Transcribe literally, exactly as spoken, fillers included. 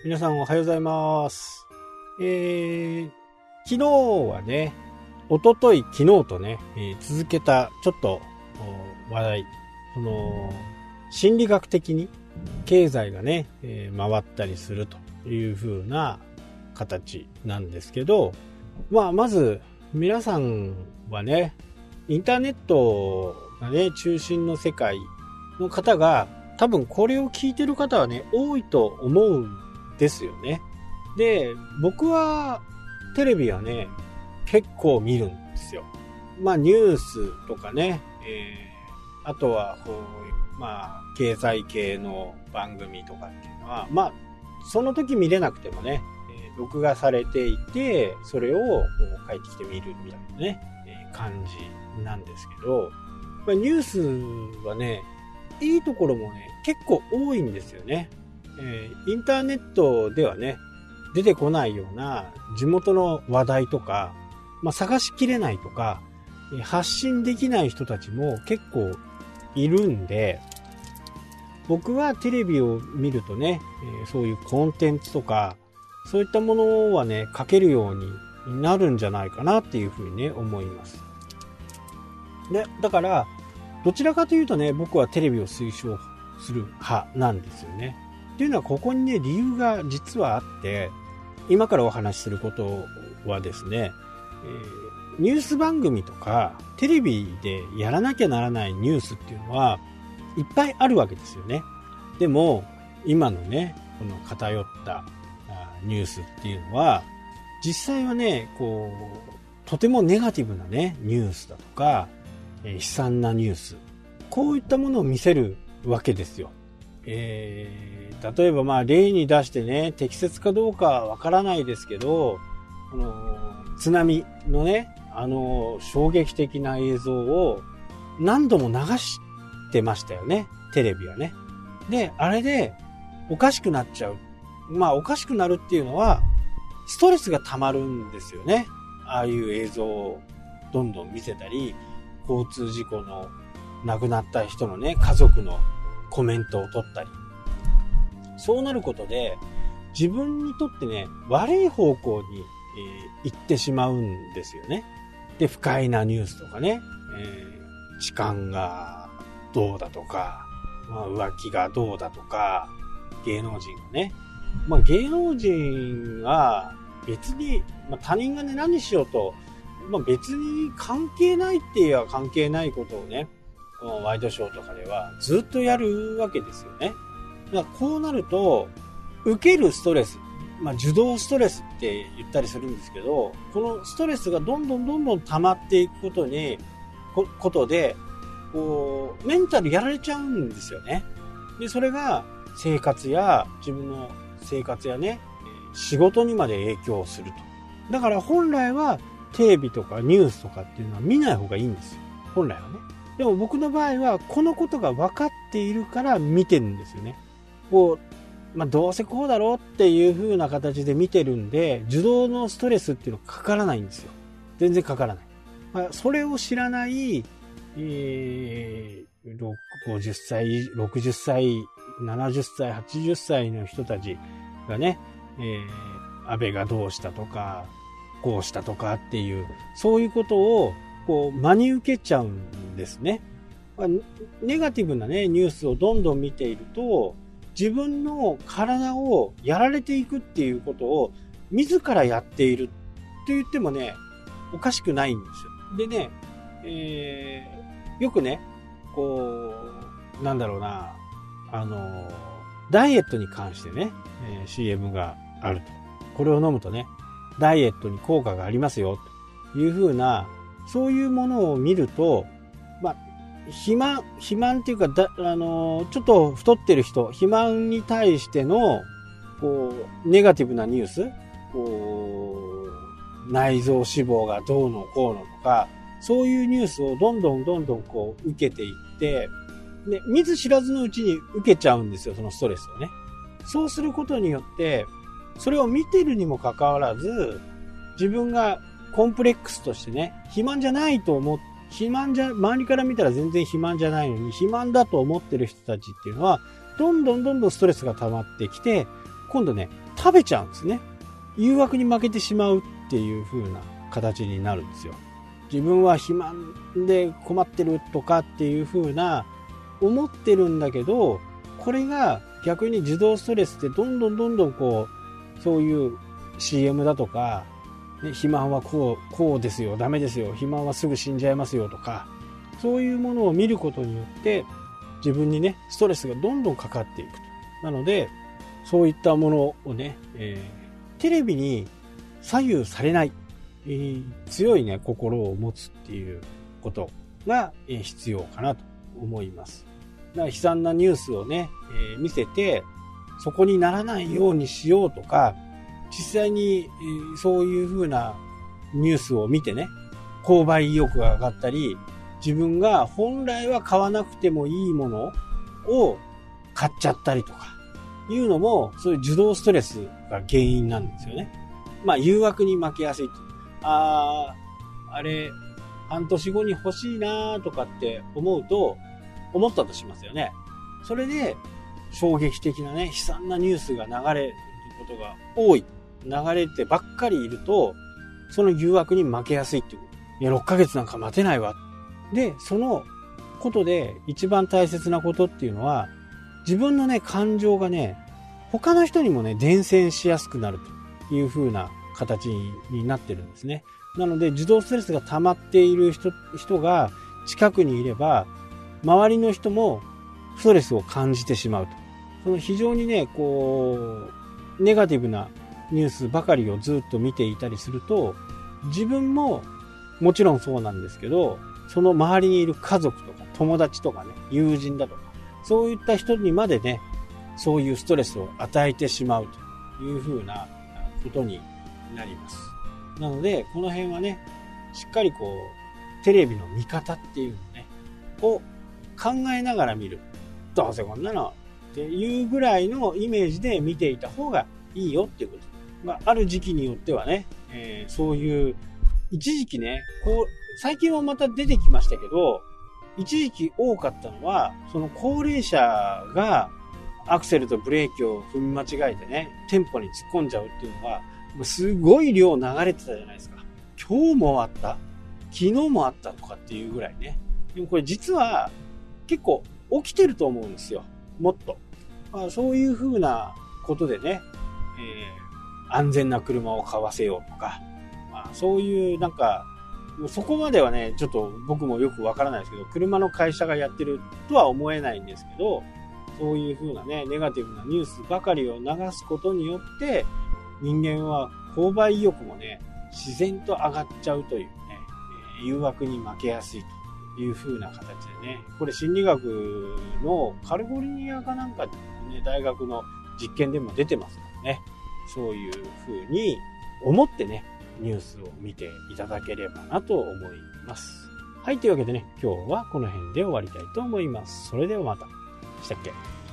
皆さんおはようございます。えー、昨日はね、おととい、昨日とね、えー、続けたちょっと話題、その心理学的に経済がね、えー、回ったりするという風な形なんですけど、まあまず皆さんはね、インターネットがね中心の世界の方が多分これを聞いてる方はね多いと思うんですよね。で、僕はテレビはね結構見るんですよ。まあニュースとかね、えー、あとはこうまあ経済系の番組とかっていうのはまあその時見れなくてもね、えー、録画されていてそれをこう帰ってきて見るみたいなね、えー、感じなんですけど、まあ、ニュースはねいいところもね結構多いんですよね。えー、インターネットではね出てこないような地元の話題とか、まあ、探しきれないとか発信できない人たちも結構いるんで、僕はテレビを見るとね、えー、そういうコンテンツとかそういったものはね書けるようになるんじゃないかなっていうふうにね思います。で、だからどちらかというとね僕はテレビを推奨する派なんですよね。っていうのはここにね理由が実はあって、今からお話しすることはですね、えー、ニュース番組とかテレビでやらなきゃならないニュースっていうのはいっぱいあるわけですよね。でも今のねこの偏ったニュースっていうのは実際はねこうとてもネガティブなねニュースだとか、えー、悲惨なニュース、こういったものを見せるわけですよ。えー、例えばまあ例に出してね適切かどうかわからないですけど、この津波のねあの衝撃的な映像を何度も流してましたよね、テレビはね。で、あれでおかしくなっちゃう。まあおかしくなるっていうのはストレスが溜まるんですよね。ああいう映像をどんどん見せたり、交通事故の亡くなった人のね家族のコメントを取ったり、そうなることで自分にとってね悪い方向に、えー、行ってしまうんですよね。で、不快なニュースとかね、えー、痴漢がどうだとか、まあ、浮気がどうだとか、芸能人がね、まあ、芸能人は別に、まあ、他人がね何しようと、まあ、別に関係ないって言えば関係ないことをねワイドショーとかではずっとやるわけですよね。だからこうなると受けるストレス、まあ、受動ストレスって言ったりするんですけど、このストレスがどんどんどんどん溜まっていくことにこことでこうメンタルやられちゃうんですよね。で、それが生活や自分の生活やね仕事にまで影響すると。だから本来はテレビとかニュースとかっていうのは見ない方がいいんですよ、本来はね。でも僕の場合はこのことが分かっているから見てるんですよね。こう、まあ、どうせこうだろうっていう風な形で見てるんで、受動のストレスっていうのはかからないんですよ。全然かからない。まあ、それを知らない、えー、ごじゅっさい、ろくじゅっさい、ななじゅっさい、はちじゅっさいの人たちがね、えー、安倍がどうしたとか、こうしたとかっていう、そういうことをこう真に受けちゃうんですね。ネガティブなねニュースをどんどん見ていると自分の体をやられていくっていうことを自らやっていると言ってもねおかしくないんですよ。でね、えー、よくねこうなんだろうなあのダイエットに関してね、えー、シーエム があると。これを飲むとねダイエットに効果がありますよというふうなそういうものを見ると、まあ、肥満、肥満っていうかだ、あの、ちょっと太ってる人、肥満に対しての、こう、ネガティブなニュース、こう、内臓脂肪がどうのこうのとか、そういうニュースをどんどんどんどんこう、受けていって、で、見ず知らずのうちに受けちゃうんですよ、そのストレスをね。そうすることによって、それを見てるにもかかわらず、自分がコンプレックスとしてね、肥満じゃないと思って、肥満じゃ、周りから見たら全然肥満じゃないのに、肥満だと思ってる人たちっていうのは、どんどんどんどんストレスが溜まってきて、今度ね、 食べちゃうんですね。誘惑に負けてしまうっていう風な形になるんですよ。自分は肥満で困ってるとかっていう風な思ってるんだけど、これが逆に自動ストレスってどんどんどんどんこうそういう シーエム だとか、ね、肥満はこうこうですよ、ダメですよ、肥満はすぐ死んじゃいますよとか、そういうものを見ることによって自分にねストレスがどんどんかかっていくと。なのでそういったものをね、えー、テレビに左右されない、えー、強いね心を持つっていうことが、えー、必要かなと思います。だから悲惨なニュースをね、えー、見せてそこにならないようにしようとか、実際に、えー、そういう風なニュースを見てね、購買意欲が上がったり、自分が本来は買わなくてもいいものを買っちゃったりとかいうのも、そういう受動ストレスが原因なんですよね。まあ誘惑に負けやすい。あー、あれ半年後に欲しいなとかって思うと、思ったとしますよね。それで衝撃的なね悲惨なニュースが流れることが多い、流れてばっかりいると、その誘惑に負けやすいっていうこと。いやろっかげつなんか待てないわ。でそのことで一番大切なことっていうのは、自分のね感情がね他の人にもね伝染しやすくなるという風な形になってるんですね。なので受動ストレスが溜まっている 人, 人が近くにいれば、周りの人もストレスを感じてしまうと。その非常にねこうネガティブなニュースばかりをずっと見ていたりすると、自分ももちろんそうなんですけど、その周りにいる家族とか友達とかね、友人だとか、そういった人にまでねそういうストレスを与えてしまうというふうなことになります。なのでこの辺はねしっかりこうテレビの見方っていうのねを考えながら見る。どうせこんなのっていうぐらいのイメージで見ていた方がいいよっていうこと。まあ、ある時期によってはね、えー、そういう一時期ね、こう最近はまた出てきましたけど、一時期多かったのはその高齢者がアクセルとブレーキを踏み間違えてね店舗に突っ込んじゃうっていうのがすごい量流れてたじゃないですか。今日もあった、昨日もあったとかっていうぐらいね。でもこれ実は結構起きてると思うんですよ。もっと、まあ、そういう風なことでね、えー、安全な車を買わせようとか、まあ、そういうなんかそこまではねちょっと僕もよくわからないですけど、車の会社がやってるとは思えないんですけど、そういう風なねネガティブなニュースばかりを流すことによって人間は購買意欲もね自然と上がっちゃうというね、えー、誘惑に負けやすいという風な形でね、これ心理学のカリフォルニアかなんかでね大学の実験でも出てますからね、そういう風に思ってねニュースを見ていただければなと思います。はい、というわけでね今日はこの辺で終わりたいと思います。それではまた。したっけ。